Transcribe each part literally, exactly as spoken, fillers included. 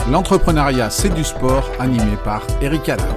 L'entrepreneuriat, c'est du sport, animé par Eric Haller.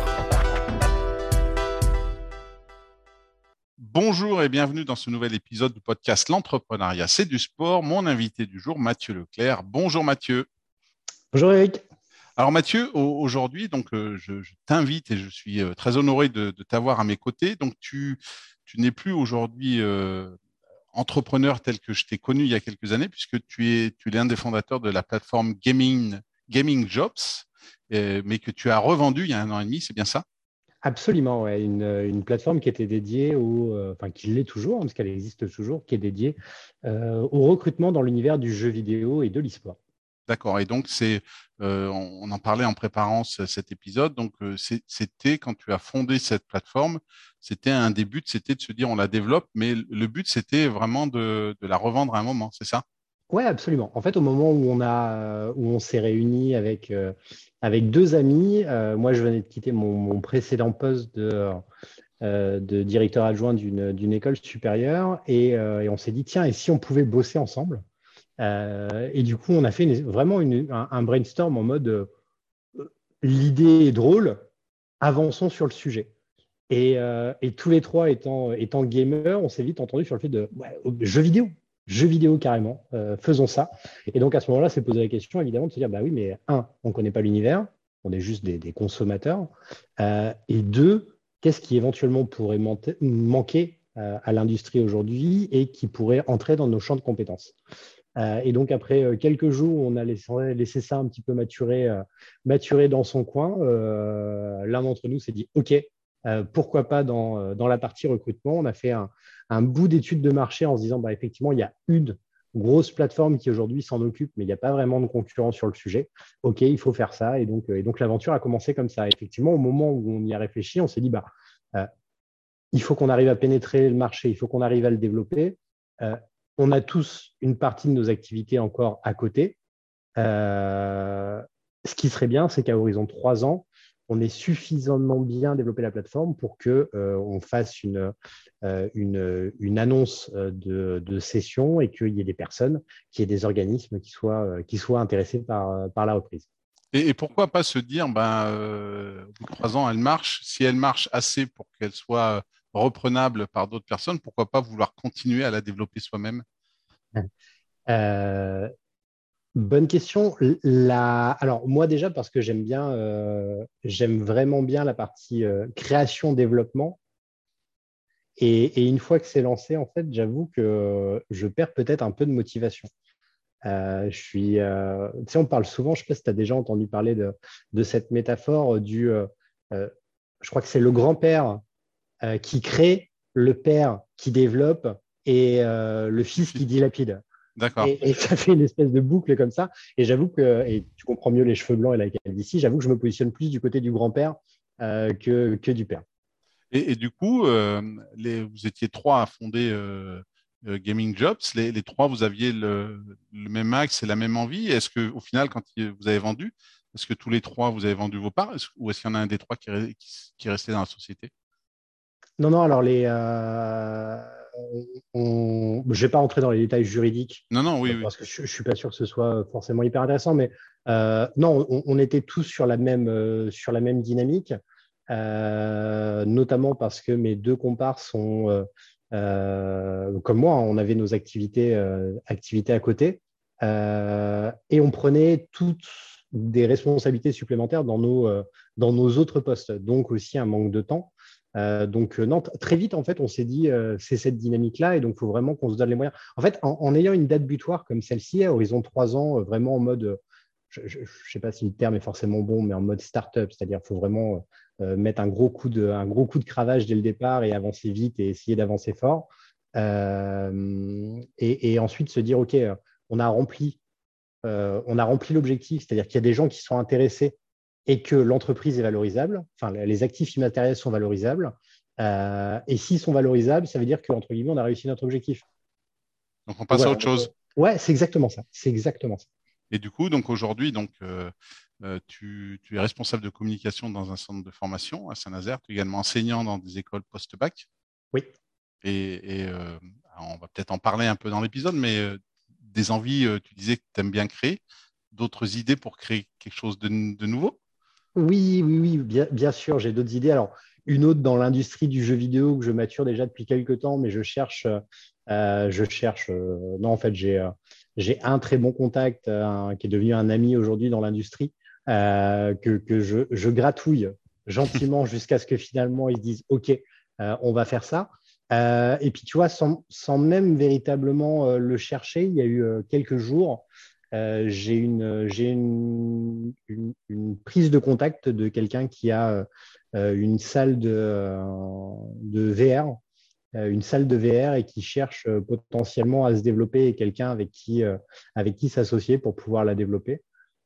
Bonjour et bienvenue dans ce nouvel épisode du podcast L'entrepreneuriat, c'est du sport. Mon invité du jour, Mathieu Leclerc. Bonjour Mathieu. Bonjour Eric. Alors Mathieu, aujourd'hui, donc euh, je, je t'invite et je suis euh, très honoré de, de t'avoir à mes côtés. Donc tu, tu n'es plus aujourd'hui euh, entrepreneur tel que je t'ai connu il y a quelques années, puisque tu es, tu es l'un des fondateurs de la plateforme Gaming, Gaming Jobs, euh, mais que tu as revendu il y a un an et demi, c'est bien ça? Absolument, ouais. Une, une plateforme qui était dédiée au, euh, enfin qui l'est toujours, hein, parce qu'elle existe toujours, qui est dédiée euh, au recrutement dans l'univers du jeu vidéo et de l'e-sport. D'accord. Et donc, c'est, euh, on, on en parlait en préparant ce- cet épisode. Donc, euh, c'est- c'était quand tu as fondé cette plateforme, c'était un des buts, c'était de se dire on la développe, mais le but, c'était vraiment de, de la revendre à un moment, c'est ça? Ouais, absolument. En fait, au moment où on a, euh, où on s'est réunis avec, euh, avec deux amis, euh, moi je venais de quitter mon, mon précédent poste de, euh, de directeur adjoint d'une, d'une école supérieure et, euh, et on s'est dit, tiens, et si on pouvait bosser ensemble? Euh, et du coup, on a fait une- vraiment une- un, un brainstorm en mode euh, l'idée est drôle, avançons sur le sujet. Et, euh, et tous les trois étant, étant gamers, on s'est vite entendu sur le fait de ouais, jeux vidéo, jeux vidéo carrément, euh, faisons ça. Et donc à ce moment-là, c'est posé la question évidemment de se dire bah oui, mais un, on ne connaît pas l'univers, on est juste des, des consommateurs. Euh, et deux, qu'est-ce qui éventuellement pourrait manquer, manquer euh, à l'industrie aujourd'hui et qui pourrait entrer dans nos champs de compétences. Euh, et donc, après euh, quelques jours, on a laissé, laissé ça un petit peu maturer, euh, maturer dans son coin. Euh, l'un d'entre nous s'est dit, OK, euh, pourquoi pas dans, euh, dans la partie recrutement. On a fait un, un bout d'études de marché en se disant, bah, effectivement, il y a une grosse plateforme qui aujourd'hui s'en occupe, mais il n'y a pas vraiment de concurrence sur le sujet. OK, il faut faire ça. Et donc, euh, et donc l'aventure a commencé comme ça. Effectivement, au moment où on y a réfléchi, on s'est dit, bah, euh, il faut qu'on arrive à pénétrer le marché, il faut qu'on arrive à le développer. Euh, on a tous une partie de nos activités encore à côté. Euh, ce qui serait bien, c'est qu'à horizon trois ans, on ait suffisamment bien développé la plateforme pour que euh, on fasse une, euh, une, une annonce de, de session et qu'il y ait des personnes, qu'il y ait des organismes qui soient, euh, qui soient intéressés par, par la reprise. Et, et pourquoi pas se dire, ben, euh, au bout de trois ans, elle marche. Si elle marche assez pour qu'elle soit reprenable par d'autres personnes, pourquoi pas vouloir continuer à la développer soi-même? Euh, Bonne question. La... Alors, moi, déjà, parce que j'aime bien, euh, j'aime vraiment bien la partie euh, création-développement. Et, et une fois que c'est lancé, en fait, j'avoue que je perds peut-être un peu de motivation. Euh, je suis, euh, tu sais, on parle souvent, je ne sais pas si tu as déjà entendu parler de, de cette métaphore du, euh, euh, je crois que c'est le grand-père euh, qui crée, le père qui développe et euh, le fils qui dilapide. D'accord. Et, et ça fait une espèce de boucle comme ça. Et j'avoue que, et tu comprends mieux les cheveux blancs et la calvitie, j'avoue que je me positionne plus du côté du grand-père euh, que, que du père. Et, et du coup, euh, les, vous étiez trois à fonder euh, euh, Gaming Jobs. Les, les trois, vous aviez le, le même axe et la même envie. Est-ce que, au final, quand il- vous avez vendu, est-ce que tous les trois, vous avez vendu vos parts, est-ce- ou est-ce qu'il y en a un des trois qui, est- qui, qui est resté dans la société? Non, non, alors les, euh, on, je ne vais pas rentrer dans les détails juridiques Non, non, oui, euh, oui. parce que je ne suis pas sûr que ce soit forcément hyper intéressant, mais euh, non, on, on était tous sur la même, euh, sur la même dynamique, euh, notamment parce que mes deux compars sont, euh, euh, comme moi, hein, on avait nos activités, euh, activités à côté euh, et on prenait toutes des responsabilités supplémentaires dans nos, euh, dans nos autres postes, donc aussi un manque de temps. Euh, donc, euh, non, t- très vite, en fait, on s'est dit, euh, c'est cette dynamique-là, et donc, il faut vraiment qu'on se donne les moyens. En fait, en, en ayant une date butoir comme celle-ci, à horizon trois ans, euh, vraiment en mode, euh, je ne sais pas si le terme est forcément bon, mais en mode start-up, c'est-à-dire qu'il faut vraiment euh, mettre un gros, coup de, un gros coup de cravache dès le départ et avancer vite et essayer d'avancer fort. Euh, et, et ensuite se dire, OK, euh, on a rempli euh, on a rempli l'objectif, c'est-à-dire qu'il y a des gens qui sont intéressés et que l'entreprise est valorisable, enfin les actifs immatériels sont valorisables. Euh, et s'ils sont valorisables, ça veut dire que, entre guillemets, on a réussi notre objectif. Donc, on Donc passe à voilà, autre donc, chose. euh, ouais, c'est exactement ça. C'est exactement ça. Et du coup, donc aujourd'hui, donc, euh, euh, tu, tu es responsable de communication dans un centre de formation à Saint-Nazaire. Tu es également enseignant dans des écoles post-bac. Oui. Et, et, euh, on va peut-être en parler un peu dans l'épisode, mais euh, des envies, euh, tu disais que tu aimes bien créer. d'autres idées pour créer quelque chose de, de nouveau? Oui, oui, oui, bien, bien sûr, j'ai d'autres idées. Alors, une autre dans l'industrie du jeu vidéo que je mature déjà depuis quelques temps, mais je cherche, euh, je cherche. Euh, non, en fait, j'ai euh, j'ai un très bon contact euh, qui est devenu un ami aujourd'hui dans l'industrie euh, que, que je, je gratouille gentiment jusqu'à ce que finalement ils se disent OK, euh, on va faire ça. Euh, et puis, tu vois, sans, sans même véritablement euh, le chercher, il y a eu euh, quelques jours. Euh, j'ai une, j'ai une, une, une prise de contact de quelqu'un qui a euh, une salle de, euh, de V R, euh, une salle de V R et qui cherche euh, potentiellement à se développer et quelqu'un avec qui, euh, avec qui s'associer pour pouvoir la développer.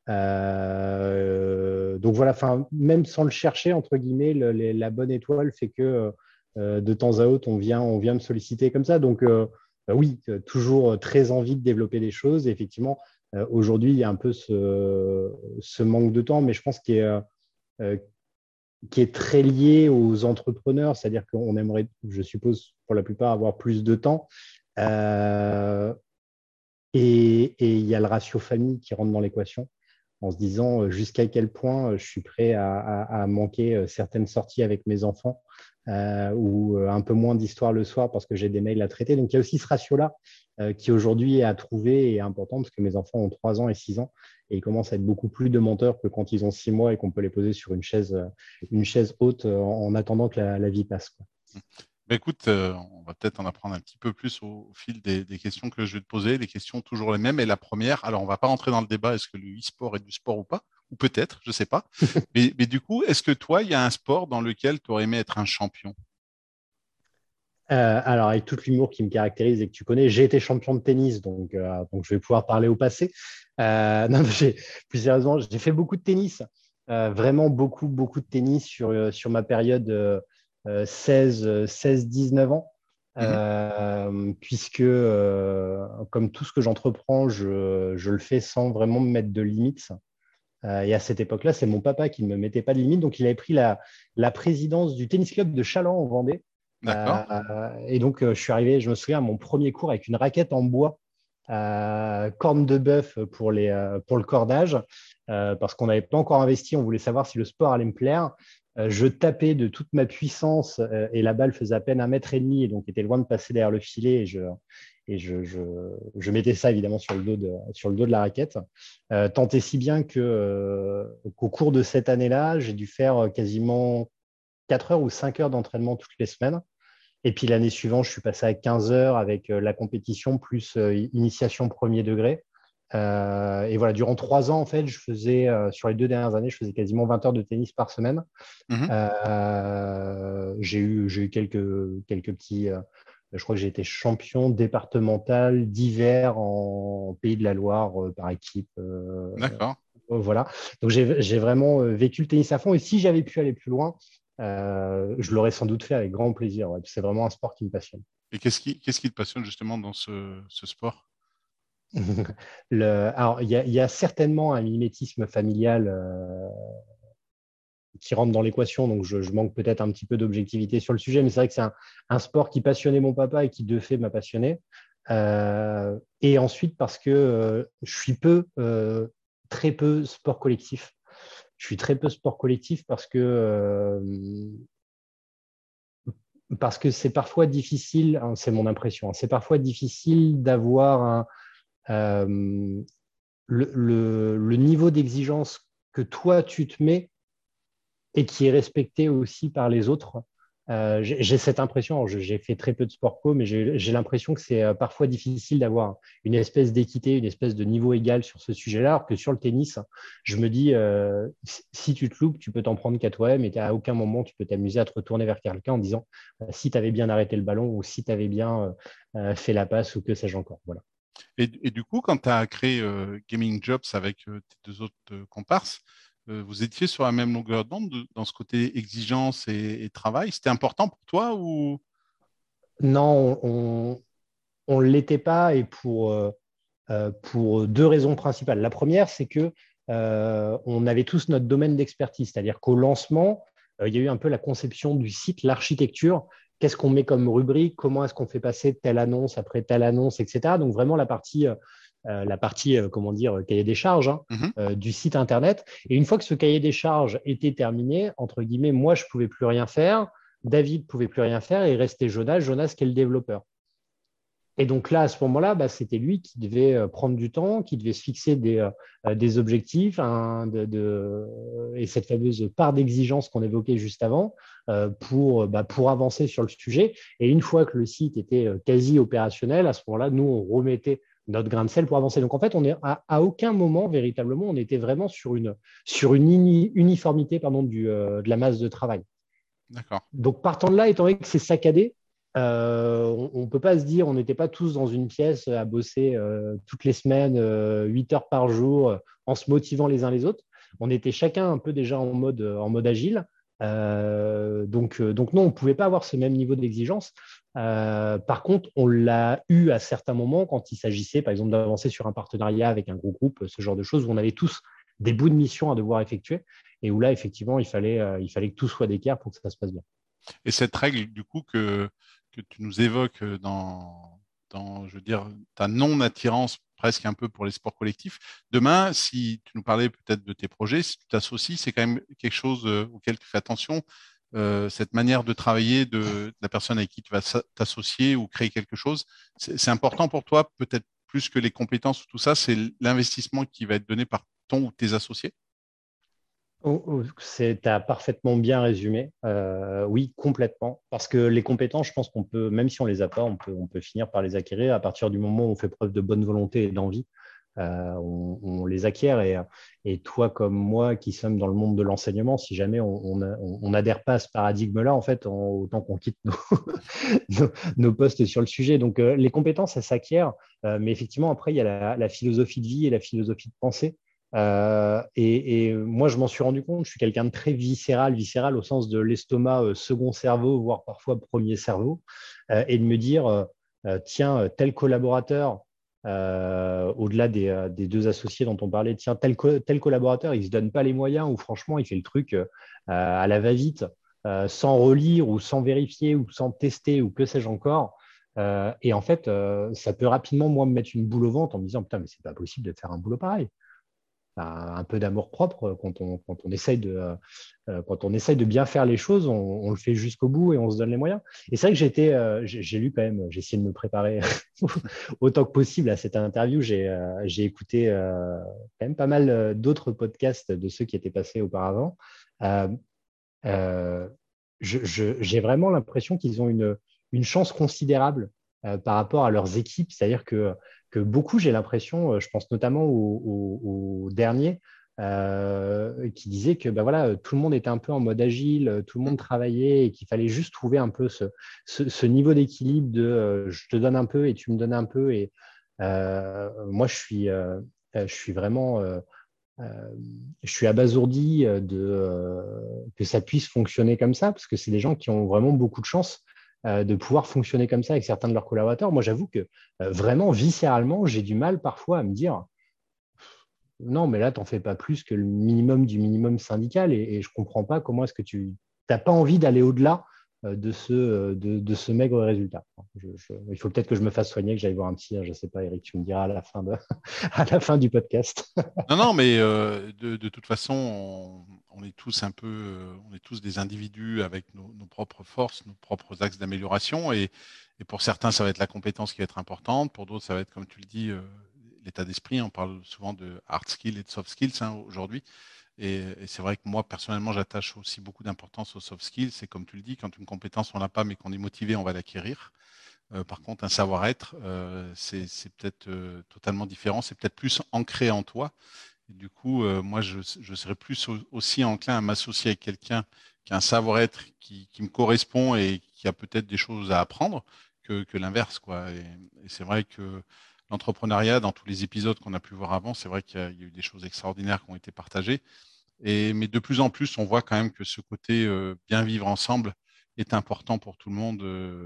Euh, donc voilà, enfin, même sans le chercher, entre guillemets, le- les- la bonne étoile fait que euh, de temps à autre, on vient, on vient me solliciter comme ça. Donc euh, euh, oui, euh, toujours très envie de développer des choses. Et effectivement, euh, aujourd'hui, il y a un peu ce, ce manque de temps, mais je pense qu'il est, euh, euh, qui est très lié aux entrepreneurs, c'est-à-dire qu'on aimerait, je suppose, pour la plupart, avoir plus de temps. Euh, et, et, il y a le ratio famille qui rentre dans l'équation en se disant euh, jusqu'à quel point euh, je suis prêt à, à, à manquer euh, certaines sorties avec mes enfants euh, ou euh, un peu moins d'histoire le soir parce que j'ai des mails à traiter. Donc, il y a aussi ce ratio-là euh, qui aujourd'hui est à trouver et est important parce que mes enfants ont trois ans et six ans et ils commencent à être beaucoup plus de menteurs que quand ils ont six mois et qu'on peut les poser sur une chaise, euh, une chaise haute euh, en attendant que la, la vie passe, quoi. Ben écoute, euh, on va peut-être en apprendre un petit peu plus au, au fil des, des questions que je vais te poser. Les questions toujours les mêmes. Et la première, alors on va pas rentrer dans le débat, est-ce que le e-sport est du sport ou pas? Ou peut-être, je sais pas. Mais, mais du coup, est-ce que toi, il y a un sport dans lequel tu aurais aimé être un champion? Euh, alors, avec tout l'humour qui me caractérise et que tu connais, j'ai été champion de tennis, donc, euh, donc je vais pouvoir parler au passé. Euh, non, j'ai, plus sérieusement, j'ai fait beaucoup de tennis, euh, vraiment beaucoup, beaucoup de tennis sur, euh, sur ma période euh, euh, seize, seize, dix-neuf ans, Mhm. euh, puisque euh, comme tout ce que j'entreprends, je, je le fais sans vraiment me mettre de limites. Euh, et à cette époque-là, c'est mon papa qui ne me mettait pas de limites, donc il avait pris la, la présidence du tennis club de Chaland en Vendée. D'accord. Euh, et donc, euh, je suis arrivé, je me souviens, à mon premier cours avec une raquette en bois, euh, corne de bœuf pour, les, euh, pour le cordage, euh, parce qu'on n'avait pas encore investi, on voulait savoir si le sport allait me plaire. Euh, je tapais de toute ma puissance euh, et la balle faisait à peine un mètre et demi, et donc était loin de passer derrière le filet. Et je, et je, je, je mettais ça évidemment sur le dos de, sur le dos de la raquette. Euh, tant et si bien que, euh, qu'au cours de cette année-là, j'ai dû faire quasiment quatre heures ou cinq heures d'entraînement toutes les semaines. Et puis l'année suivante, je suis passé à quinze heures avec euh, la compétition plus euh, initiation premier degré. Euh, et voilà, durant trois ans, en fait, je faisais, euh, sur les deux dernières années, je faisais quasiment vingt heures de tennis par semaine. Mhm. Euh, j'ai eu, j'ai eu quelques, quelques petits. Euh, je crois que j'ai été champion départemental d'hiver en Pays de la Loire euh, par équipe. Euh, D'accord. euh, voilà. Donc j'ai j'ai vraiment euh, vécu le tennis à fond. Et si j'avais pu aller plus loin, euh, je l'aurais sans doute fait avec grand plaisir. Ouais. C'est vraiment un sport qui me passionne. Et qu'est-ce qui, qu'est-ce qui te passionne justement dans ce, ce sport? Le, alors, il y a, il y a certainement un mimétisme familial euh, qui rentre dans l'équation, donc je, je manque peut-être un petit peu d'objectivité sur le sujet, mais c'est vrai que c'est un, un sport qui passionnait mon papa et qui de fait m'a passionné. Euh, et ensuite parce que euh, je suis peu, euh, très peu sport collectif. Je suis très peu sport collectif parce que euh, parce que c'est parfois difficile, hein, c'est mon impression, hein, c'est parfois difficile d'avoir un, euh, le, le, le niveau d'exigence que toi tu te mets et qui est respecté aussi par les autres. Euh, j'ai j'ai cette impression, j'ai fait très peu de sport co, mais j'ai l'impression que c'est euh, parfois difficile d'avoir une espèce d'équité, une espèce de niveau égal sur ce sujet-là, alors que sur le tennis, je me dis, euh, si tu te loupes, tu peux t'en prendre qu'à toi-même et à aucun moment tu peux t'amuser à te retourner vers quelqu'un en disant euh, si tu avais bien arrêté le ballon ou si tu avais bien euh, euh, fait la passe ou que sais-je encore. Voilà. Et, et du coup, quand tu as créé euh, Gaming Jobs avec euh, tes deux autres euh, comparses, euh, vous étiez sur la même longueur d'onde de- dans ce côté exigence et, et travail. C'était important pour toi ou... Non, on on ne l'était pas et pour, euh, euh, pour deux raisons principales. La première, c'est que euh, on avait tous notre domaine d'expertise, c'est-à-dire qu'au lancement, euh, il y a eu un peu la conception du site, l'architecture. Qu'est-ce qu'on met comme rubrique? Comment est-ce qu'on fait passer telle annonce après telle annonce, et cetera. Donc vraiment la partie euh, la partie, euh, comment dire, cahier des charges hein, Mhm. euh, du site Internet. Et une fois que ce cahier des charges était terminé, entre guillemets, moi, je ne pouvais plus rien faire, David ne pouvait plus rien faire et il restait Jonas, Jonas qui est le développeur. Et donc là, à ce moment-là, bah, c'était lui qui devait euh, prendre du temps, qui devait se fixer des, euh, des objectifs hein, de, de, et cette fameuse part d'exigence qu'on évoquait juste avant euh, pour, bah, pour avancer sur le sujet. Et une fois que le site était euh, quasi opérationnel, à ce moment-là, nous, on remettait notre grain de sel pour avancer. Donc en fait, on est à, à aucun moment, véritablement, on était vraiment sur une, sur une uni, uniformité pardon, du, euh, de la masse de travail. D'accord. Donc, partant de là, étant donné que c'est saccadé, euh, on ne peut pas se dire, on n'était pas tous dans une pièce à bosser euh, toutes les semaines, euh, huit heures par jour, euh, en se motivant les uns les autres. On était chacun un peu déjà en mode, en mode agile. Euh, donc, euh, donc, non, on ne pouvait pas avoir ce même niveau d'exigence. Euh, par contre, on l'a eu à certains moments quand il s'agissait, par exemple, d'avancer sur un partenariat avec un gros groupe, ce genre de choses, où on avait tous des bouts de mission à devoir effectuer et où là, effectivement, il fallait, euh, il fallait que tout soit d'équerre pour que ça se passe bien. Et cette règle, du coup, que, que tu nous évoques dans, dans, je veux dire, ta non-attirance presque un peu pour les sports collectifs, demain, si tu nous parlais peut-être de tes projets, si tu t'associes, c'est quand même quelque chose euh, auquel tu fais attention, euh, cette manière de travailler de, de la personne avec qui tu vas t'associer ou créer quelque chose. C'est c'est important pour toi, peut-être plus que les compétences ou tout ça, c'est l'investissement qui va être donné par ton ou tes associés? Oh, oh, c'est, t'as parfaitement bien résumé. Euh, oui, complètement. Parce que les compétences, je pense qu'on peut, même si on les a pas, on peut, on peut finir par les acquérir à partir du moment où on fait preuve de bonne volonté et d'envie. Euh, on, on les acquiert et, et toi comme moi qui sommes dans le monde de l'enseignement, si jamais on n'adhère pas à ce paradigme-là, en fait, on- autant qu'on quitte nos, nos, nos postes sur le sujet. Donc euh, les compétences, ça s'acquiert, euh, mais effectivement après il y a la, la philosophie de vie et la philosophie de pensée. Euh, et, et, moi, je m'en suis rendu compte, je suis quelqu'un de très viscéral, viscéral au sens de l'estomac, euh, second cerveau, voire parfois premier cerveau, euh, et de me dire, euh, euh, tiens, tel collaborateur, euh, au-delà des, euh, des, deux associés dont on parlait, tiens, tel, co tel collaborateur, il ne se donne pas les moyens, ou franchement, il fait le truc euh, à la va-vite, euh, sans relire, ou sans vérifier, ou sans tester, ou que sais-je encore. Euh, et en fait, euh, ça peut rapidement, moi, me mettre une boule au ventre en me disant, putain, mais c'est pas possible de faire un boulot pareil un peu d'amour propre quand on, quand on essaye de euh, quand on essaye de bien faire les choses, on, on le fait jusqu'au bout et on se donne les moyens. Et c'est vrai que j'ai été, euh, j'ai, j'ai lu quand même, j'ai essayé de me préparer autant que possible à cette interview. J'ai euh, j'ai écouté euh, quand même pas mal euh, d'autres podcasts de ceux qui étaient passés auparavant. Euh, euh, je, je, j'ai vraiment l'impression qu'ils ont une, une chance considérable euh, par rapport à leurs équipes. C'est-à-dire que, que beaucoup, j'ai l'impression, euh, je pense notamment au, au, au dernier, euh, qui disait que ben voilà, tout le monde était un peu en mode agile, tout le monde travaillait et qu'il fallait juste trouver un peu ce, ce, ce niveau d'équilibre de euh, je te donne un peu et tu me donnes un peu. Et euh, moi, je suis, euh, je suis vraiment euh, euh, je suis abasourdi euh, de, euh, que ça puisse fonctionner comme ça, parce que c'est des gens qui ont vraiment beaucoup de chance euh, de pouvoir fonctionner comme ça avec certains de leurs collaborateurs. Moi, j'avoue que euh, vraiment, viscéralement, j'ai du mal parfois à me dire, non, mais là, tu n'en fais pas plus que le minimum du minimum syndical, et, et je ne comprends pas comment est-ce que tu n'as pas envie d'aller au-delà euh, de, ce, euh, de, de, ce maigre résultat. Je, je, il faut peut-être que je me fasse soigner, que j'aille voir un psy, hein, je ne sais pas, Eric, tu me diras à la fin, de, à la fin du podcast. Non, non, mais euh, de, de toute façon, on, on est tous un peu, euh, on est tous des individus avec nos, nos propres forces, nos propres axes d'amélioration. Et, et pour certains, ça va être la compétence qui va être importante. Pour d'autres, ça va être, comme tu le dis, euh, l'état d'esprit. On parle souvent de hard skills et de soft skills hein, aujourd'hui. Et, et c'est vrai que moi, personnellement, j'attache aussi beaucoup d'importance aux soft skills. C'est comme tu le dis, quand une compétence, on l'a pas, mais qu'on est motivé, on va l'acquérir. Euh, par contre, un savoir-être, euh, c'est c'est peut-être euh, totalement différent. C'est peut-être plus ancré en toi. Et du coup, euh, moi, je, je serais plus au- aussi enclin à m'associer avec quelqu'un qui a un savoir-être qui, qui me correspond et qui a peut-être des choses à apprendre que, que l'inverse, quoi. Et, et c'est vrai que l'entrepreneuriat, dans tous les épisodes qu'on a pu voir avant, c'est vrai qu'il y a, il y a eu des choses extraordinaires qui ont été partagées. Et, mais de plus en plus, on voit quand même que ce côté euh, bien vivre ensemble est important pour tout le monde. Euh,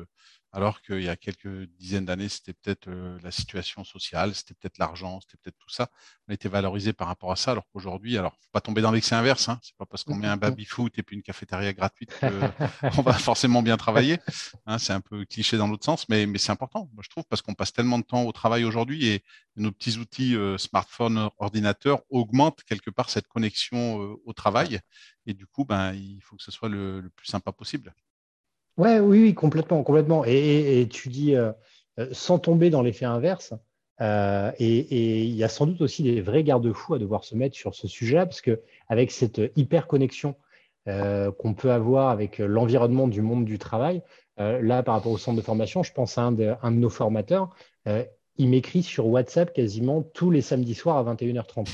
alors qu'il y a quelques dizaines d'années, c'était peut-être euh, la situation sociale, c'était peut-être l'argent, c'était peut-être tout ça. On était valorisé par rapport à ça, alors qu'aujourd'hui, alors faut pas tomber dans l'excès inverse, hein. C'est pas parce qu'on met un baby-foot et puis une cafétéria gratuite que on va forcément bien travailler. Hein, c'est un peu cliché dans l'autre sens, mais, mais c'est important, moi je trouve, parce qu'on passe tellement de temps au travail aujourd'hui et nos petits outils euh, smartphone, ordinateur augmentent quelque part cette connexion euh, au travail. Et du coup, ben, il faut que ce soit le, le plus sympa possible. Ouais, oui, oui, complètement, complètement. Et, et- et tu dis, euh, euh, sans tomber dans l'effet inverse, euh, et et il y a sans doute aussi des vrais garde-fous à devoir se mettre sur ce sujet-là, parce que avec cette hyper connexion euh, qu'on peut avoir avec l'environnement du monde du travail, euh, là, par rapport au centre de formation, je pense à un de, un de nos formateurs, euh, il m'écrit sur WhatsApp quasiment tous les samedis soirs à vingt et une heures trente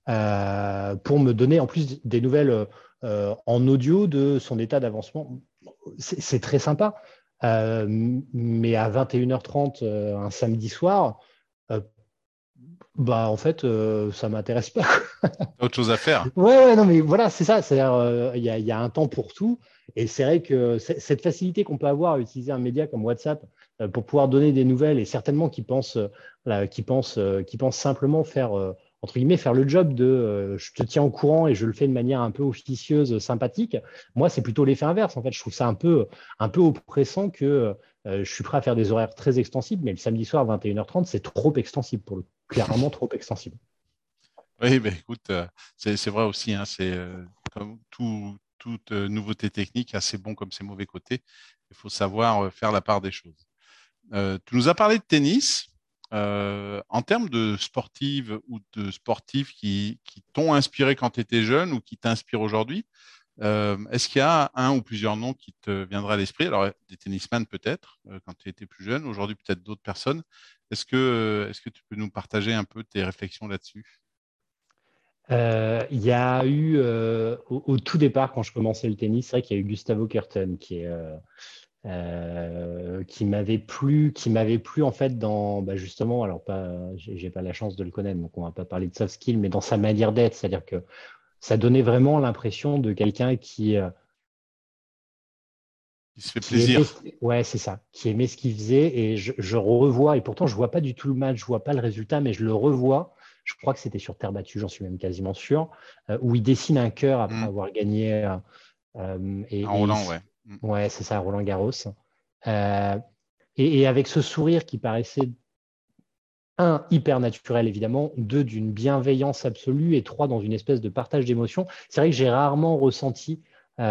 euh, pour me donner en plus des nouvelles euh, en audio de son état d'avancement. C'est c'est très sympa. Euh, mais à vingt et une heures trente euh, un samedi soir, euh, bah en fait, euh, ça m'intéresse pas. Autre chose à faire. Ouais, ouais, non, mais voilà, c'est ça. C'est-à-dire, euh, il y a, il y a un temps pour tout. Et c'est vrai que c- cette facilité qu'on peut avoir à utiliser un média comme WhatsApp euh, pour pouvoir donner des nouvelles et certainement qui pensent, euh, voilà, qui pensent, euh, qui pensent simplement faire, euh, entre guillemets, faire le job de euh, je te tiens au courant et je le fais de manière un peu officieuse, sympathique. Moi, c'est plutôt l'effet inverse. En fait, je trouve ça un peu, un peu oppressant que euh, je suis prêt à faire des horaires très extensibles, mais le samedi soir, vingt et une heures trente, c'est trop extensible pour le clairement trop extensible. Oui, ben écoute, euh, c'est c'est vrai aussi, hein, c'est euh, comme tout, toute euh, nouveauté technique, a ses bons comme ses mauvais côtés. Il faut savoir euh, faire la part des choses. Euh, tu nous as parlé de tennis. Euh, en termes de sportive ou de sportifs qui, qui t'ont inspiré quand tu étais jeune ou qui t'inspirent aujourd'hui, euh, est-ce qu'il y a un ou plusieurs noms qui te viendraient à l'esprit? Alors, des tennisman peut-être, euh, quand tu étais plus jeune, aujourd'hui peut-être d'autres personnes. Est-ce que, euh, est-ce que tu peux nous partager un peu tes réflexions là-dessus? Euh, Il y a eu, euh, au, au tout départ, quand je commençais le tennis, c'est vrai qu'il y a eu Gustavo Kuerten qui est, euh, euh, qui m'avait plu, qui m'avait plu en fait dans, bah, justement, alors pas, j'ai j'ai pas la chance de le connaître, donc on va pas parler de soft skills, mais dans sa manière d'être, c'est-à-dire que ça donnait vraiment l'impression de quelqu'un qui, euh, Qui se fait qui aimait, plaisir. ce- ouais, c'est ça, qui aimait ce qu'il faisait, et je, je revois, et pourtant je vois pas du tout le match, je vois pas le résultat, mais je le revois. Je crois que c'était sur terre battue, j'en suis même quasiment sûr, euh, où il dessine un cœur après Hmm. avoir gagné. euh, Euh, et, En et il Roland, s- ouais. Hmm. ouais, c'est ça, Roland Garros. Euh, et, et avec ce sourire qui paraissait, un, hyper naturel, évidemment, deux, d'une bienveillance absolue, et trois, dans une espèce de partage d'émotions. C'est vrai que j'ai rarement ressenti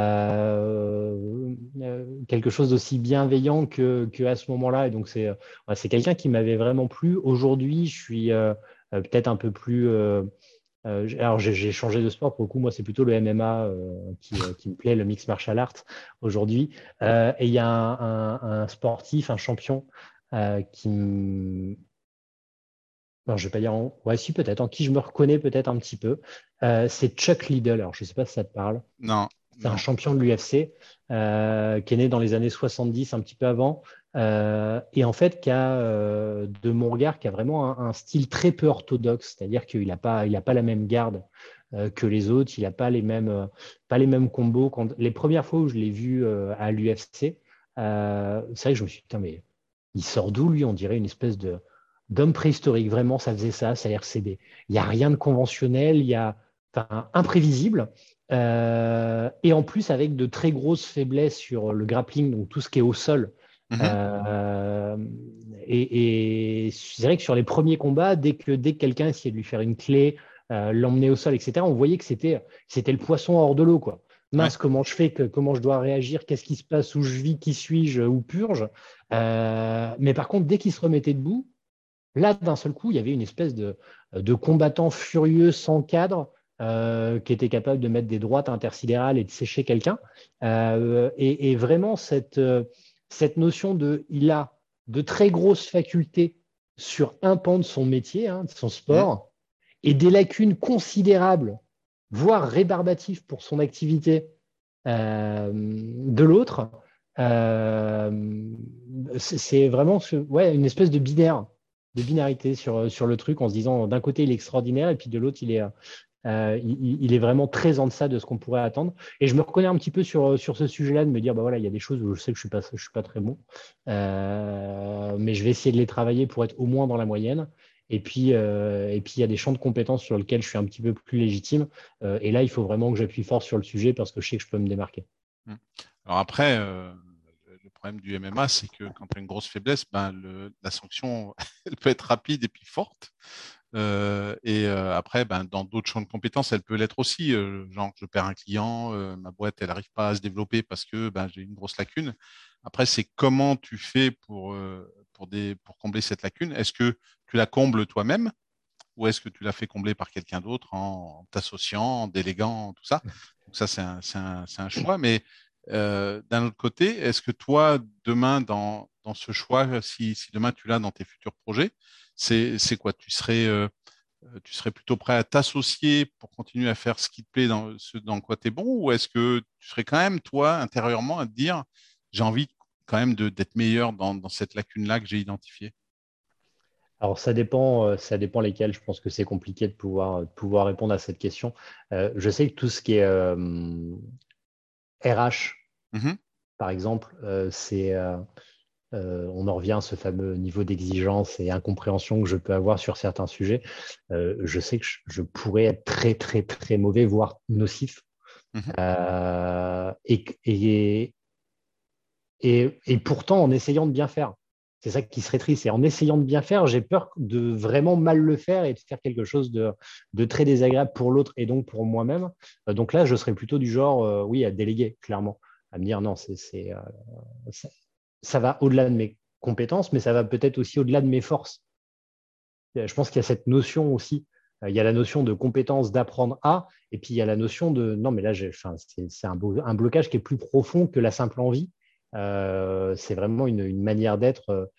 euh, euh, quelque chose d'aussi bienveillant que, que à ce moment-là. Et donc, c'est euh, ouais, c'est quelqu'un qui m'avait vraiment plu. Aujourd'hui, je suis euh, euh, peut-être un peu plus. euh, euh, j- alors, j'ai j'ai changé de sport. Pour le coup, moi, c'est plutôt le M M A euh, qui, euh, qui me plaît, le mix martial art aujourd'hui. Euh, et il y a un, un- un sportif, un champion euh, qui me... Non, je vais pas dire en... Ouais, si, peut-être. En qui je me reconnais peut-être un petit peu. Euh, c'est Chuck Liddell. Alors, je sais pas si ça te parle. Non, C'est un non. champion de l'U F C euh, qui est né dans les années soixante-dix, un petit peu avant, euh, et en fait qui a, euh, de mon regard, qui a vraiment un, un style très peu orthodoxe, c'est-à-dire qu'il n'a pas, il a pas la même garde euh, que les autres, il n'a pas les mêmes, euh, pas les mêmes combos. Quand, les premières fois où je l'ai vu euh, à l'U F C, euh, c'est vrai que je me suis dit, putain, mais il sort d'où lui? On dirait une espèce de d'homme préhistorique. Vraiment, ça faisait ça. C'est-à-dire, c'est des, il n'y a rien de conventionnel, il y a, enfin, imprévisible. Euh, et en plus, avec de très grosses faiblesses sur le grappling, donc tout ce qui est au sol. Mhm. Euh, et et c'est vrai que sur les premiers combats, dès que, dès que quelqu'un essayait de lui faire une clé, euh, l'emmener au sol, et cetera, on voyait que c'était, c'était le poisson hors de l'eau, quoi. Ouais. Mince, comment je fais, que, comment je dois réagir, qu'est-ce qui se passe, où je vis, qui suis-je, où purge. Euh, mais par contre, dès qu'il se remettait debout, là, d'un seul coup, il y avait une espèce de, de combattant furieux sans cadre euh, qui était capable de mettre des droites intersidérales et de sécher quelqu'un. Euh, et, et vraiment, cette, euh, cette notion de il a de très grosses facultés sur un pan de son métier, hein, de son Hmm. sport, et des lacunes considérables, voire rébarbatives pour son activité euh, de l'autre. Euh, c'est c'est vraiment ce- ouais, une espèce de binaire, de binarité sur, sur le truc en se disant d'un côté il est extraordinaire et puis de l'autre il est, euh, Euh, il, il est vraiment très en deçà de ce qu'on pourrait attendre. Et je me reconnais un petit peu sur, sur ce sujet-là, de me dire, bah voilà, il y a des choses où je sais que je suis pas, je suis pas très bon, euh, mais je vais essayer de les travailler pour être au moins dans la moyenne. Et puis, euh, et puis, il y a des champs de compétences sur lesquels je suis un petit peu plus légitime. Euh, et là, il faut vraiment que j'appuie fort sur le sujet parce que je sais que je peux me démarquer. Mm. Alors après, euh, le problème du M M A, c'est que quand tu as une grosse faiblesse, ben, le, la sanction, elle peut être rapide et puis forte. Euh, et euh, après, ben, dans d'autres champs de compétences, elle peut l'être aussi. Euh, genre, je perds un client, euh, ma boîte, elle n'arrive pas à se développer parce que ben, j'ai une grosse lacune. Après, c'est comment tu fais pour, euh, pour, des, pour combler cette lacune. Est-ce que tu la combles toi-même ou est-ce que tu l'as fait combler par quelqu'un d'autre en, en t'associant, en déléguant, tout ça? Donc ça, c'est un, c'est un, c'est un choix. Mais euh, d'un autre côté, est-ce que toi, demain, dans, dans ce choix, si, si demain tu l'as dans tes futurs projets, c'est, c'est quoi? Tu serais, euh, euh, tu serais plutôt prêt à t'associer pour continuer à faire ce qui te plaît, dans ce dans quoi tu es bon, ou est-ce que tu serais quand même, toi, intérieurement, à te dire, j'ai envie quand même de, d'être meilleur dans, dans cette lacune-là que j'ai identifiée? Alors, ça dépend, euh, ça dépend lesquels. Je pense que c'est compliqué de pouvoir, de pouvoir répondre à cette question. Euh, je sais que tout ce qui est euh, R H, Mhm. par exemple, euh, c'est, euh, euh, on en revient à ce fameux niveau d'exigence et incompréhension que je peux avoir sur certains sujets. Euh, je sais que je, je pourrais être très, très, très mauvais, voire nocif. Mhm. Euh, et, et, et, et pourtant, en essayant de bien faire. C'est ça qui serait triste. Et en essayant de bien faire, j'ai peur de vraiment mal le faire et de faire quelque chose de, de très désagréable pour l'autre et donc pour moi-même. Euh, donc là, je serais plutôt du genre, euh, oui, à déléguer, clairement. À me dire, non, c'est, c'est, euh, ça, ça va au-delà de mes compétences, mais ça va peut-être aussi au-delà de mes forces. Euh, Je pense qu'il y a cette notion aussi. Euh, Il y a la notion de compétence d'apprendre à, et puis il y a la notion de non, mais là, j'ai, enfin, c'est c'est un, blo- un blocage qui est plus profond que la simple envie. Euh, c'est vraiment une, une manière d'être euh,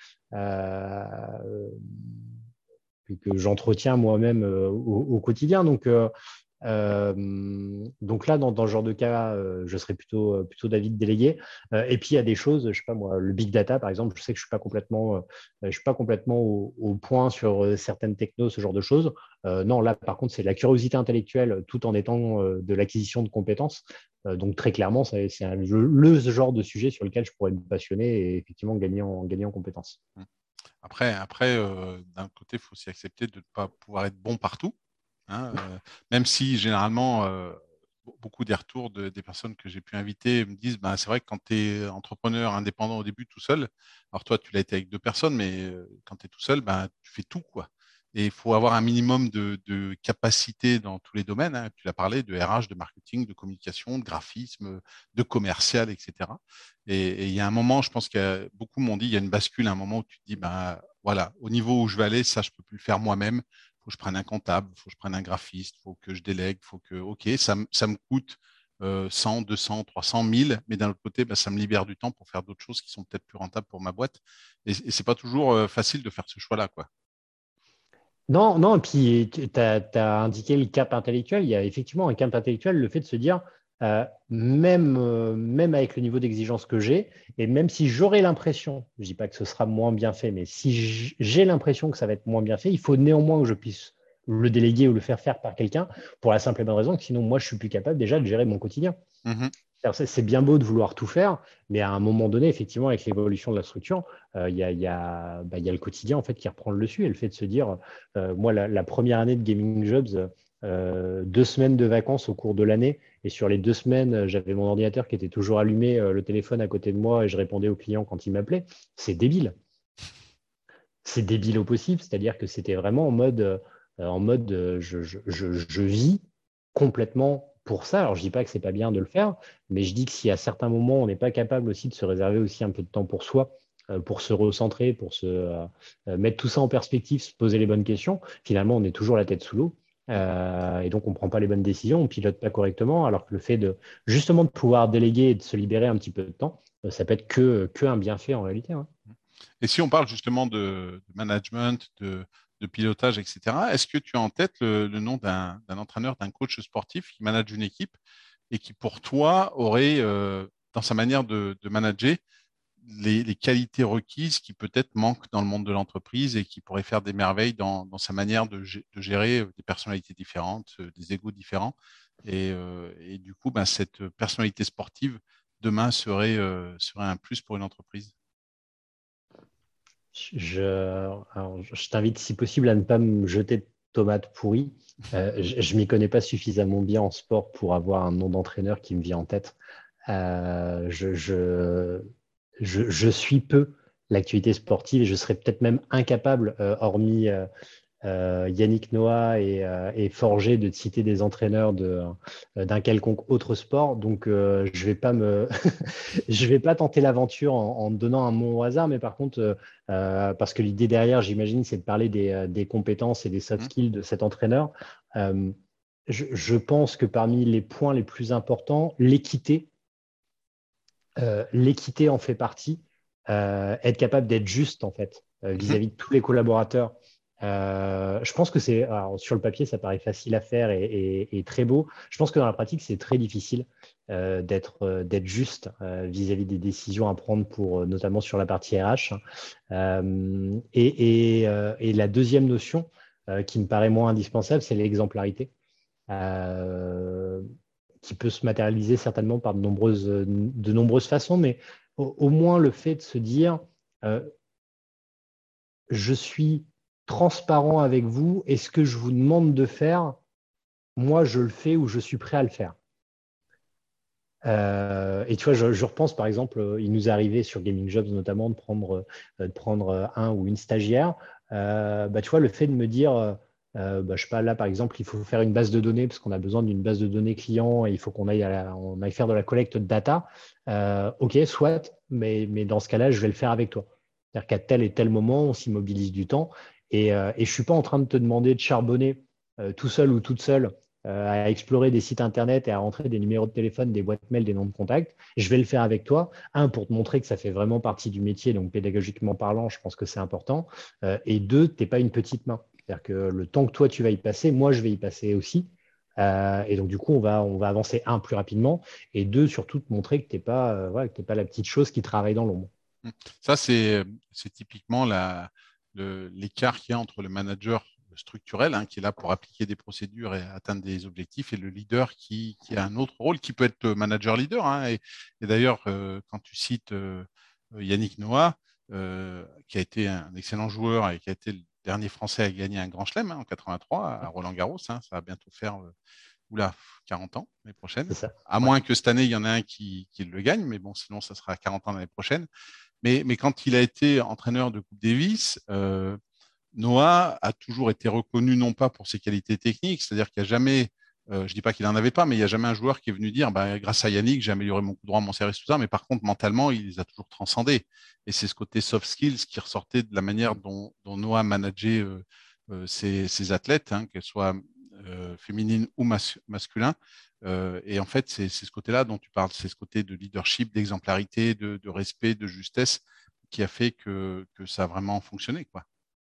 euh, que, que j'entretiens moi-même euh, au, au quotidien. Donc, euh, euh, donc là, dans, dans ce genre de cas, euh, je serais plutôt, euh, plutôt d'avis de déléguer. Euh, et puis, il y a des choses, je sais pas moi, le big data, par exemple, je sais que je suis pas complètement, euh, je suis pas complètement au, au point sur euh, certaines technos, ce genre de choses. Euh, non, là, par contre, c'est de la curiosité intellectuelle tout en étant euh, de l'acquisition de compétences. Euh, donc, très clairement, c'est c'est un- le, le genre de sujet sur lequel je pourrais me passionner et effectivement gagner en, gagner en compétences. Après, après euh, d'un côté, il faut aussi accepter de ne pas pouvoir être bon partout, hein, euh, même si généralement, euh, be- beaucoup des retours de- des personnes que j'ai pu inviter me disent, ben, c'est vrai que quand tu es entrepreneur indépendant au début tout seul, alors toi, tu l'as été avec deux personnes, mais euh, quand tu es tout seul, ben, tu fais tout, quoi. Et il faut avoir un minimum de, de capacité dans tous les domaines, hein. Tu l'as parlé de R H, de marketing, de communication, de graphisme, de commercial, et cetera. Et, et il y a un moment, je pense qu'il y a beaucoup m'ont dit, il y a une bascule, un moment où tu te dis, bah, voilà, au niveau où je vais aller, ça, je peux plus le faire moi-même. Il faut que je prenne un comptable, il faut que je prenne un graphiste, il faut que je délègue, il faut que, OK, ça, me- ça me coûte euh, cent, deux cents, trois cents, mille, mais d'un autre côté, bah, ça me libère du temps pour faire d'autres choses qui sont peut-être plus rentables pour ma boîte. Et, et c'est pas toujours euh, facile de faire ce choix-là, quoi. Non, non, et puis tu as, indiqué le cap intellectuel. Il y a effectivement un cap intellectuel, le fait de se dire, euh, même, euh, même avec le niveau d'exigence que j'ai, et même si j'aurais l'impression, je ne dis pas que ce sera moins bien fait, mais si j- j'ai l'impression que ça va être moins bien fait, il faut néanmoins que je puisse le déléguer ou le faire faire par quelqu'un, pour la simple et bonne raison que sinon, moi, je suis plus capable déjà de gérer mon quotidien. Mhm. Alors, C'est c'est bien beau de vouloir tout faire, mais à un moment donné, effectivement, avec l'évolution de la structure, euh, il y a, il y a- bah, il y a le quotidien en fait, qui reprend le dessus. Et le fait de se dire, euh, moi, la, la première année de Gaming Jobs, euh, deux semaines de vacances au cours de l'année, et sur les deux semaines, euh, j'avais mon ordinateur qui était toujours allumé, euh, le téléphone à côté de moi, et je répondais aux clients quand ils m'appelaient. C'est débile. C'est débile au possible, c'est-à-dire que c'était vraiment en mode, euh, en mode euh, je, je- je- je vis complètement pour ça. Alors, je dis pas que c'est pas bien de le faire, mais je dis que si à certains moments, on n'est pas capable aussi de se réserver aussi un peu de temps pour soi, euh, pour se recentrer, pour se euh, euh, mettre tout ça en perspective, se poser les bonnes questions, finalement, on est toujours la tête sous l'eau. Euh, et donc, on ne prend pas les bonnes décisions, on ne pilote pas correctement, alors que le fait de justement de pouvoir déléguer et de se libérer un petit peu de temps, euh, ça peut être que, que un bienfait en réalité, hein. Et si on parle justement de, de management, de, de pilotage, et cetera, est-ce que tu as en tête le, le nom d'un d'un entraîneur, d'un coach sportif qui manage une équipe et qui, pour toi, aurait, euh, dans sa manière de, de manager, les, les qualités requises qui peut-être manquent dans le monde de l'entreprise et qui pourraient faire des merveilles dans, dans sa manière de, de, gérer des personnalités différentes, des égos différents. Et, euh, et du coup, ben, cette personnalité sportive, demain, serait, euh, serait un plus pour une entreprise. Je, alors, je t'invite, si possible, à ne pas me jeter de tomates pourries. Euh, je ne m'y connais pas suffisamment bien en sport pour avoir un nom d'entraîneur qui me vient en tête. Euh, je, je, je, je suis peu l'activité sportive et je serais peut-être même incapable, euh, hormis euh, euh, Yannick Noah et, euh, et Forger, de citer des entraîneurs de, euh, d'un quelconque autre sport. Donc, euh, je vais pas me, je vais pas tenter l'aventure en, en donnant un mot au hasard, mais par contre, euh, euh, parce que l'idée derrière, j'imagine, c'est de parler des, euh, des compétences et des soft Hum, skills de cet entraîneur. Euh, je, je pense que parmi les points les plus importants, l'équité, euh, l'équité en fait partie. Euh, être capable d'être juste en fait euh, hum, vis-à-vis de tous les collaborateurs. Euh, je pense que c'est alors, sur le papier, ça paraît facile à faire et, et- et très beau. Je pense que dans la pratique, c'est très difficile euh, d'être euh, d'être juste euh, vis-à-vis des décisions à prendre pour euh, notamment sur la partie R H. Euh, et, et, euh, et la deuxième notion euh, qui me paraît moins indispensable, c'est l'exemplarité. Euh, qui peut se matérialiser certainement par de nombreuses, de nombreuses façons, mais au, au moins le fait de se dire, euh, je suis transparent avec vous et ce que je vous demande de faire, moi, je le fais ou je suis prêt à le faire. Euh, et tu vois, je, je repense par exemple, euh, il nous est arrivé sur Gaming Jobs notamment de prendre, euh, de prendre euh, un ou une stagiaire. Euh, bah, tu vois, le fait de me dire, euh, euh, bah, je sais pas, là par exemple, il faut faire une base de données parce qu'on a besoin d'une base de données client et il faut qu'on aille, à la- on aille faire de la collecte de data. Euh, ok, soit, mais, mais dans ce cas-là, je vais le faire avec toi. C'est-à-dire qu'à tel et tel moment, on s'immobilise du temps et, euh, et je suis pas en train de te demander de charbonner euh, tout seul ou toute seule euh, à explorer des sites internet et à rentrer des numéros de téléphone, des boîtes mail, des noms de contact. Je vais le faire avec toi. Un, pour te montrer que ça fait vraiment partie du métier, donc pédagogiquement parlant, je pense que c'est important. Euh, et deux, tu n'es pas une petite main. C'est-à-dire que le temps que toi, tu vas y passer, moi, je vais y passer aussi. Euh, et donc, du coup, on va, on va avancer, un, plus rapidement, et deux, surtout te montrer que tu n'es pas, euh, voilà, que t'es pas la petite chose qui travaille dans l'ombre. hum. Ça, c'est, c'est typiquement la, le- l'écart qu'il y a entre le manager structurel, hein, qui est là pour appliquer des procédures et atteindre des objectifs, et le leader qui, qui a un autre rôle, qui peut être manager-leader. Hein. Et, et d'ailleurs, euh, quand tu cites euh, Yannick Noah, euh, qui a été un excellent joueur et qui a été le dernier Français à gagner un grand chelem hein, en quatre-vingt-trois à Roland-Garros, hein, ça va bientôt faire euh, oula, quarante ans l'année prochaine. C'est ça. À Ouais. moins que cette année, il y en ait un qui, qui le gagne, mais bon, sinon, ça sera quarante ans l'année prochaine. Mais, mais quand il a été entraîneur de Coupe Davis, euh, Noah a toujours été reconnu non pas pour ses qualités techniques, c'est-à-dire qu'il n'y a jamais, euh, je dis pas qu'il en avait pas, mais il n'y a jamais un joueur qui est venu dire, bah, grâce à Yannick, j'ai amélioré mon coup droit, mon service, tout ça. Mais par contre, mentalement, il les a toujours transcendés. Et c'est ce côté soft skills qui ressortait de la manière dont, dont Noah manageait euh, euh, ses, ses athlètes, hein, qu'elles soient euh, féminines ou mas masculins. Euh, et en fait, c'est ce côté-là dont tu parles, c'est ce côté de leadership, d'exemplarité, de, de, respect, de justesse qui a fait que, que ça a vraiment fonctionné, quoi.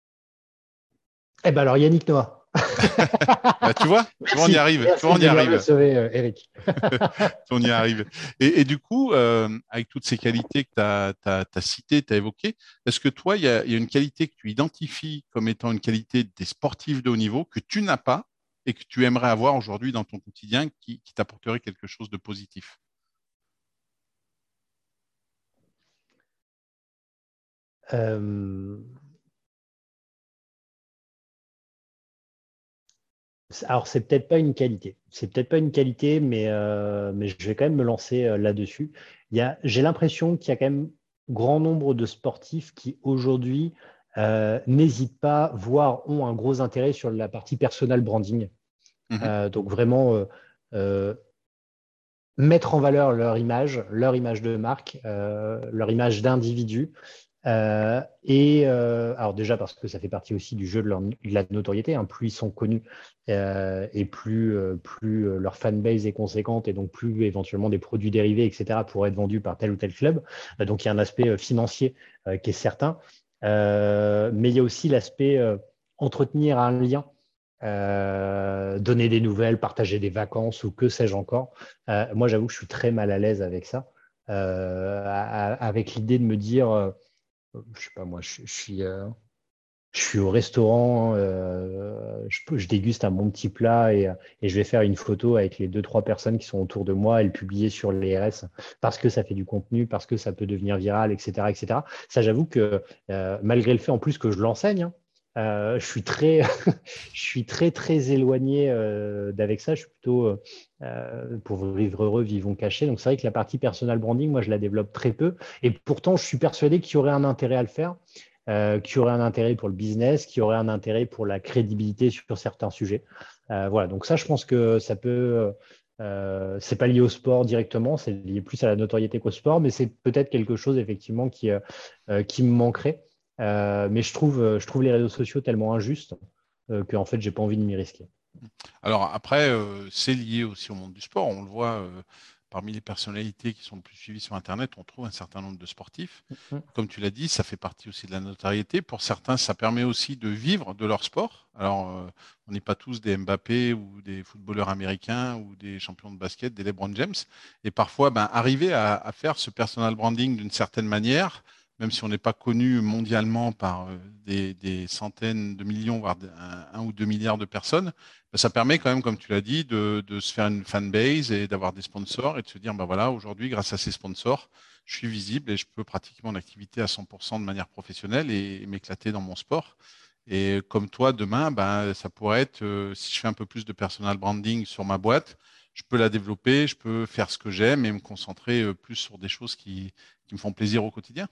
Eh ben alors, Yannick Noah. Bah, tu vois, tu vois, on y Merci, arrive, tu vois, merci on y de me arrive, sauver, euh, Eric. on y arrive. Et, et du coup, euh, avec toutes ces qualités que tu as citées, tu as évoquées, est-ce que toi, il y a, y a une qualité que tu identifies comme étant une qualité des sportifs de haut niveau que tu n'as pas et que tu aimerais avoir aujourd'hui dans ton quotidien qui, qui t'apporterait quelque chose de positif? Euh, Alors, c'est peut-être pas une qualité. C'est peut-être pas une qualité, mais, euh, mais je vais quand même me lancer euh, là-dessus. Il y a, j'ai l'impression qu'il y a quand même grand nombre de sportifs qui aujourd'hui euh, n'hésitent pas, voire ont un gros intérêt sur la partie personal branding. Mhm. Euh, donc vraiment euh, euh, mettre en valeur leur image, leur image de marque, euh, leur image d'individu. Euh, et euh, alors déjà parce que ça fait partie aussi du jeu de, leur- de la notoriété, hein. Plus ils sont connus euh, et plus, euh, plus euh, leur fanbase est conséquente et donc plus éventuellement des produits dérivés, et cetera pourraient être vendus par tel ou tel club. Euh, donc il y a un aspect euh, financier euh, qui est certain. Euh, mais il y a aussi l'aspect euh, entretenir un lien, euh, donner des nouvelles, partager des vacances ou que sais-je encore. Euh, moi j'avoue que je suis très mal à l'aise avec ça. euh, à- avec l'idée de me dire, euh, je sais pas moi, je, je suis, euh, je suis au restaurant, euh, je, peux- je déguste un bon petit plat et, et je vais faire une photo avec les deux, trois personnes qui sont autour de moi et le publier sur les R S parce que ça fait du contenu, parce que ça peut devenir viral, et cetera, et cetera. Ça, j'avoue que euh, malgré le fait en plus que je l'enseigne, hein, euh, je suis très, je suis très, très éloigné euh, d'avec ça. Je suis plutôt euh, euh, pour vivre heureux, vivons cachés. Donc, c'est vrai que la partie personal branding, moi, je la développe très peu. Et pourtant, je suis persuadé qu'il y aurait un intérêt à le faire, euh, qui aurait un intérêt pour le business, qui aurait un intérêt pour la crédibilité sur certains sujets. Euh, voilà, donc ça, je pense que ça peut. Euh, c'est pas lié au sport directement, c'est lié plus à la notoriété qu'au sport, mais c'est peut-être quelque chose effectivement qui, euh, euh, qui me manquerait. Euh, mais je trouve, je trouve les réseaux sociaux tellement injustes euh, que en fait, j'ai pas envie de m'y risquer. Alors après, euh, c'est lié aussi au monde du sport. On le voit euh, parmi les personnalités qui sont le plus suivies sur Internet, on trouve un certain nombre de sportifs. Mm. Comme tu l'as dit, ça fait partie aussi de la notoriété. Pour certains, ça permet aussi de vivre de leur sport. Alors, euh, on n'est pas tous des Mbappé ou des footballeurs américains ou des champions de basket, des LeBron James. Et parfois, ben, arriver à, à faire ce personal branding d'une certaine manière, même si on n'est pas connu mondialement par euh, des, des centaines de millions, voire un, un ou deux milliards de personnes, ben, ça permet quand même, comme tu l'as dit, de, de se faire une fanbase et d'avoir des sponsors et de se dire, ben voilà, aujourd'hui, grâce à ces sponsors, je suis visible et je peux pratiquer mon activité à cent pour cent de manière professionnelle et, et m'éclater dans mon sport. Et comme toi, demain, ben, ça pourrait être, euh, si je fais un peu plus de personal branding sur ma boîte, je peux la développer, je peux faire ce que j'aime et me concentrer euh, plus sur des choses qui, qui me font plaisir au quotidien.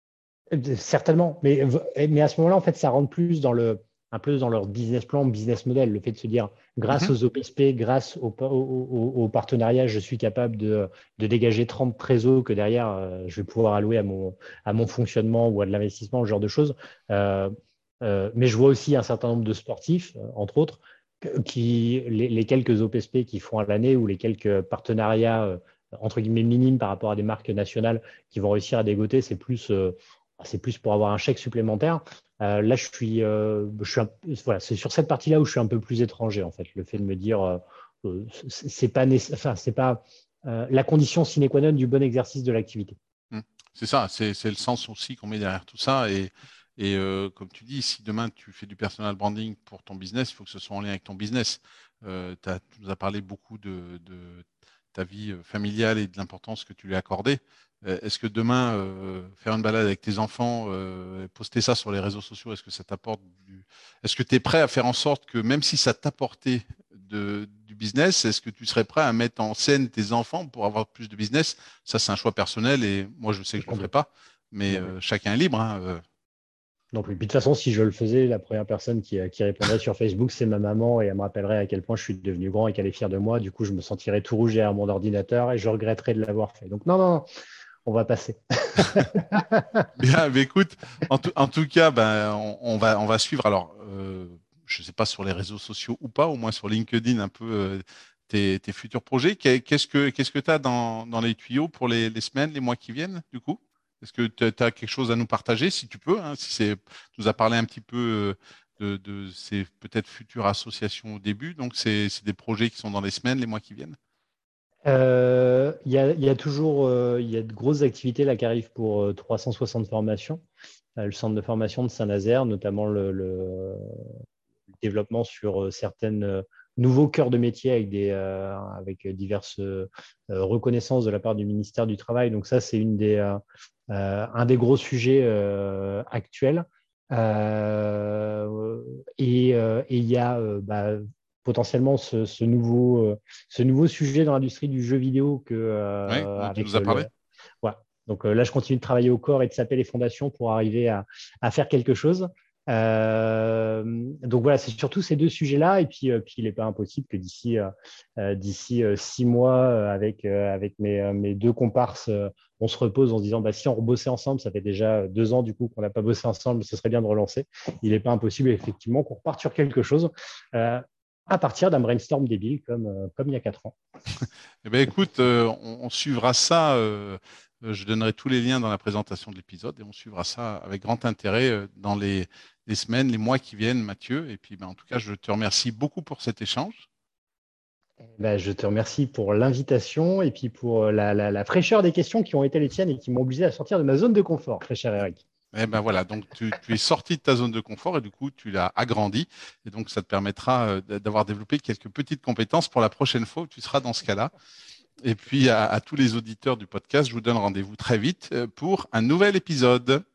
Euh, Certainement, mais, mais à ce moment-là, en fait, ça rentre plus dans le, un peu dans leur business plan, business model, le fait de se dire, grâce Mhm. aux O P S P, grâce au, au, au- au partenariat, je suis capable de, de dégager trente trésors que derrière, euh, je vais pouvoir allouer à mon, à mon fonctionnement ou à de l'investissement, ce genre de choses. Euh, euh, mais je vois aussi un certain nombre de sportifs, euh, entre autres, que- qui, les, les quelques O P S P qu'ils font à l'année ou les quelques partenariats, euh, entre guillemets, minimes par rapport à des marques nationales qui vont réussir à dégoter, c'est plus... euh, c'est plus pour avoir un chèque supplémentaire. Euh, là, je suis, euh, je suis un- voilà, c'est sur cette partie-là où je suis un peu plus étranger, en fait. Le fait de me dire, euh, euh, c'est pas, nécess- enfin, c'est pas euh, la condition sine qua non du bon exercice de l'activité. Mhm. C'est ça, c'est c'est le sens aussi qu'on met derrière tout ça. Et, et euh, comme tu dis, si demain tu fais du personal branding pour ton business, il faut que ce soit en lien avec ton business. Euh, t'as- tu nous as parlé beaucoup de, de ta vie euh, familiale et de l'importance que tu lui as accordée. Euh, est-ce que demain, euh, faire une balade avec tes enfants, euh, poster ça sur les réseaux sociaux, est-ce que ça t'apporte du... Est-ce que tu es prêt à faire en sorte que même si ça t'apportait de, du business, est-ce que tu serais prêt à mettre en scène tes enfants pour avoir plus de business? Ça, c'est un choix personnel et moi, je sais que je ne le Non ferai plus. pas, mais Non plus. euh, chacun est libre, hein, euh. Non plus. Puis de toute façon, si je le faisais, la première personne qui, qui répondrait sur Facebook, c'est ma maman et elle me rappellerait à quel point je suis devenu grand et qu'elle est fière de moi. Du coup, je me sentirais tout rouge derrière mon ordinateur et je regretterais de l'avoir fait. Donc, non, non, non, on va passer. Bien, mais écoute, en tout, en tout cas, ben, on, on va, on va suivre. Alors, euh, je ne sais pas sur les réseaux sociaux ou pas, au moins sur LinkedIn, un peu euh, tes, tes futurs projets. Qu'est- Qu'est-ce que, qu'est-ce que tu as dans, dans les tuyaux pour les, les semaines, les mois qui viennent, du coup? Est-ce que tu as quelque chose à nous partager, si tu peux, hein, si c'est, tu nous as parlé un petit peu euh, de, de ces peut-être futures associations au début, donc c'est c'est des projets qui sont dans les semaines, les mois qui viennent. Euh, Il y a, il y a toujours euh, il y a de grosses activités là, qui arrivent pour euh, trois cent soixante formations. Euh, le centre de formation de Saint-Nazaire, notamment le, le développement sur euh, certaines euh, nouveaux cœurs de métier avec, des, euh, avec diverses euh, reconnaissances de la part du ministère du Travail. Donc ça, c'est une des, euh, euh, un des gros sujets euh, actuels. Euh, et euh, et il y a euh, bah, potentiellement ce, ce nouveau, euh, ce nouveau sujet dans l'industrie du jeu vidéo que, Oui, euh, dont tu avec nous as parlé. le, voilà. Donc euh, là, je continue de travailler au corps et de saper les fondations pour arriver à, à faire quelque chose. Euh, donc voilà, c'est surtout ces deux sujets-là. Et puis, euh, puis il n'est pas impossible que d'ici euh, euh, d'ici euh, six mois, euh, avec, euh, avec mes, euh, mes deux comparses, euh, on se repose en se disant bah, si on rebossait ensemble, ça fait déjà deux ans du coup qu'on n'a pas bossé ensemble, ce serait bien de relancer. Il n'est pas impossible effectivement qu'on reparte sur quelque chose euh, à partir d'un brainstorm débile comme, euh, comme il y a quatre ans. Eh bien, écoute, euh, on, on suivra ça. Euh, euh, je donnerai tous les liens dans la présentation de l'épisode et on suivra ça avec grand intérêt euh, dans les, les semaines, les mois qui viennent, Mathieu. Et puis, ben, en tout cas, je te remercie beaucoup pour cet échange. Ben, je te remercie pour l'invitation et puis pour la, la- la fraîcheur des questions qui ont été les tiennes et qui m'ont obligé à sortir de ma zone de confort, très cher Eric. Eh ben voilà, donc tu, tu es sorti de ta zone de confort et du coup, tu l'as agrandi. Et donc, ça te permettra euh, d'avoir développé quelques petites compétences pour la prochaine fois où tu seras dans ce cas-là. Et puis, à, à tous les auditeurs du podcast, je vous donne rendez-vous très vite euh, pour un nouvel épisode.